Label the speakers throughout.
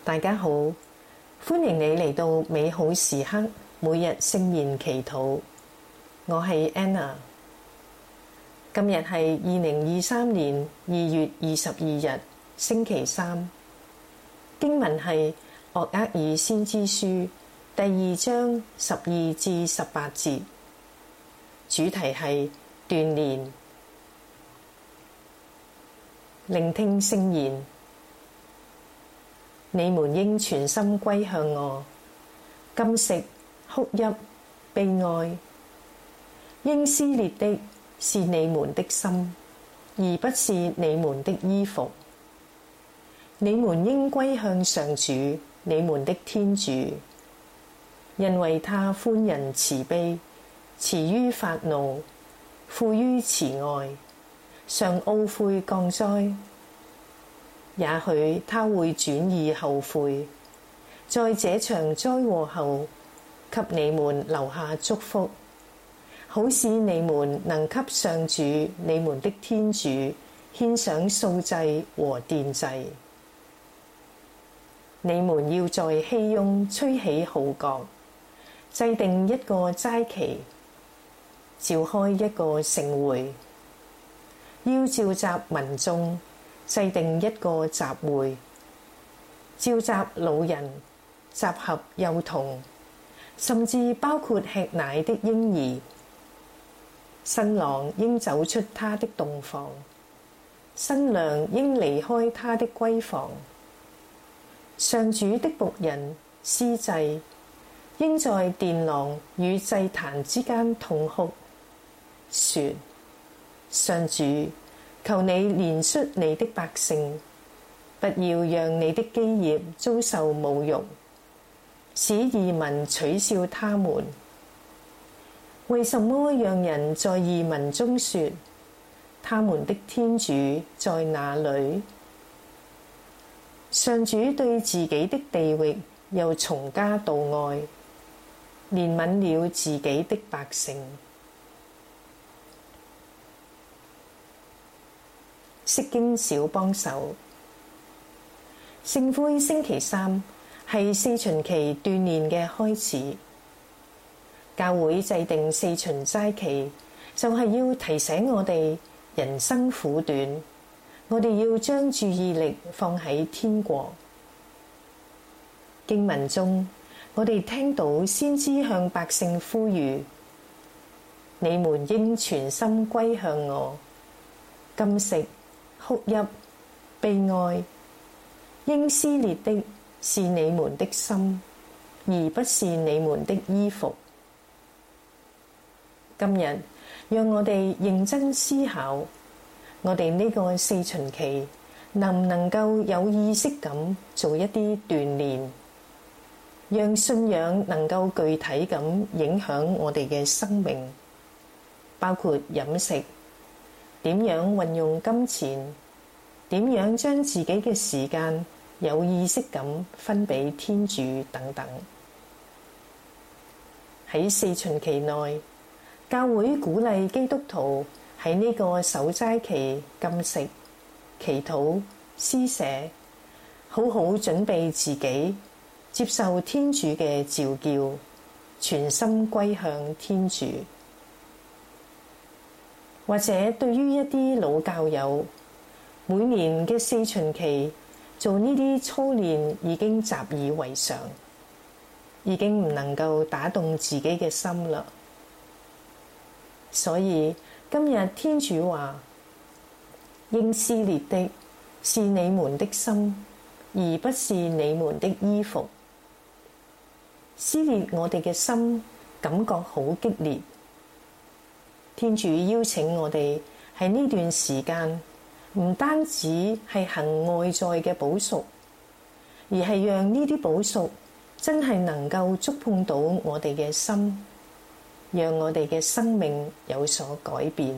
Speaker 1: 大家好，歡迎你嚟到美好時刻每日聖言祈禱。我係 Anna。今日係2023年2月22日，星期三。經文係岳厄爾先知書第2章12至18節，主題係鍛鍊。聆聽聖言。你們應全心歸向我，禁食、哭泣、悲哀。應撕裂的是你們的心，而不是你們的衣服。你們應歸向上主，你們的天主，因為他寬仁慈悲，遲於發怒，富於慈愛，常懊悔降災。也許他會轉意後悔，在這場災禍後，給你們留下祝福，好使你們能給上主你們的天主獻上素祭和奠祭。你們要在熙雍吹起號角，制定一個齋期，召開一個盛會，要召集民眾，制定一個集會，召集老人，集合幼童，甚至包括吃奶的嬰兒。新郎應走出他的洞房，新娘應離開他的閨房。上主的僕人司祭應在殿廊與祭壇之間痛哭，說：上主，求你憐恤你的百姓，不要讓你的基業遭受侮辱，使異民取笑他們。為什麼讓人在異民中說，他們的天主在哪裏？上主對自己的地域又從加到愛，憐憫了自己的百姓。釋經小幫手。聖灰星期三係四旬期鍛鍊嘅開始。教會制定四旬齋期，就係要提醒我哋人生苦短，我哋要將注意力放喺天國。經文中，我哋聽到先知向百姓呼籲：你們應全心歸向我，禁食、哭泣、悲哀。應撕裂的是你們的心，而不是你們的衣服。今日讓我哋認真思考，我哋呢個四旬期能唔能夠有意識咁做一啲鍛鍊，讓信仰能夠具體咁影響我哋嘅生命，包括飲食，點樣運用金錢，點樣將自己嘅時間有意識咁分俾天主等等。喺四旬期內，教會鼓勵基督徒喺呢個守齋期禁食、祈禱、施捨，好好準備自己，接受天主嘅召叫，全心歸向天主。或者對於一啲老教友，每年嘅四旬期做呢啲操練已經習以為常，已經唔能夠打動自己嘅心啦。所以今日天主話：應撕裂的是你們的心，而不是你們的衣服。撕裂我哋嘅心，感覺好激烈。天主邀請我哋喺呢段時間，唔單止係行外在嘅補贖，而係讓呢啲補贖真係能夠觸碰到我哋嘅心，讓我哋嘅生命有所改變。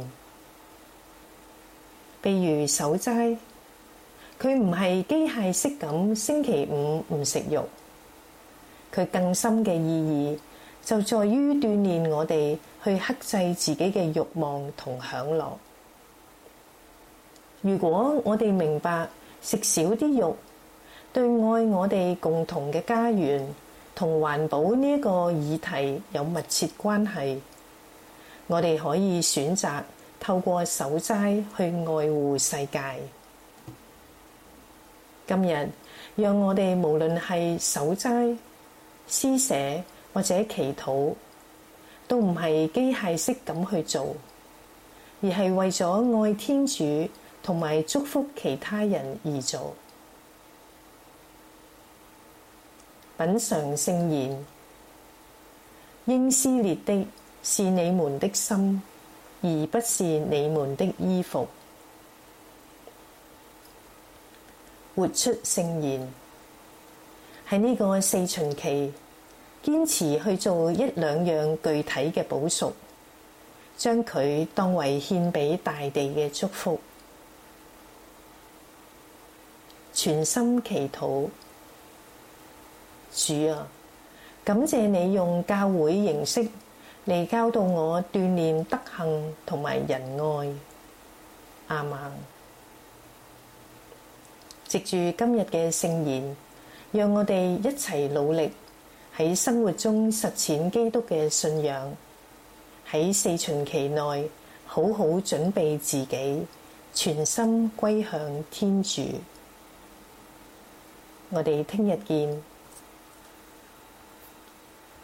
Speaker 1: 譬如守齋，佢唔係機械式咁星期五唔食肉，佢更深嘅意義就在於鍛鍊我哋去克制自己嘅慾望同享樂。如果我哋明白食少啲肉對愛我哋共同嘅家園同環保呢一個議題有密切關係，我哋可以選擇透過守齋去愛護世界。今日，讓我哋無論係守齋、施捨或者祈禱，都唔係機械式咁去做，而係為咗愛天主同埋祝福其他人而做。品嚐聖言，應撕裂的是你們的心，而不是你們的衣服。活出聖言，喺呢個四旬期，堅持去做1-2樣具體嘅補贖，將佢當為獻俾大地嘅祝福。全心祈禱，主啊，感謝你用教會形式嚟教導我鍛鍊德行同埋仁愛。阿們。藉住今日嘅聖言，讓我哋一齊努力喺生活中實踐基督嘅信仰，喺四旬期內好好準備自己，全心歸向天主。我哋聽日見。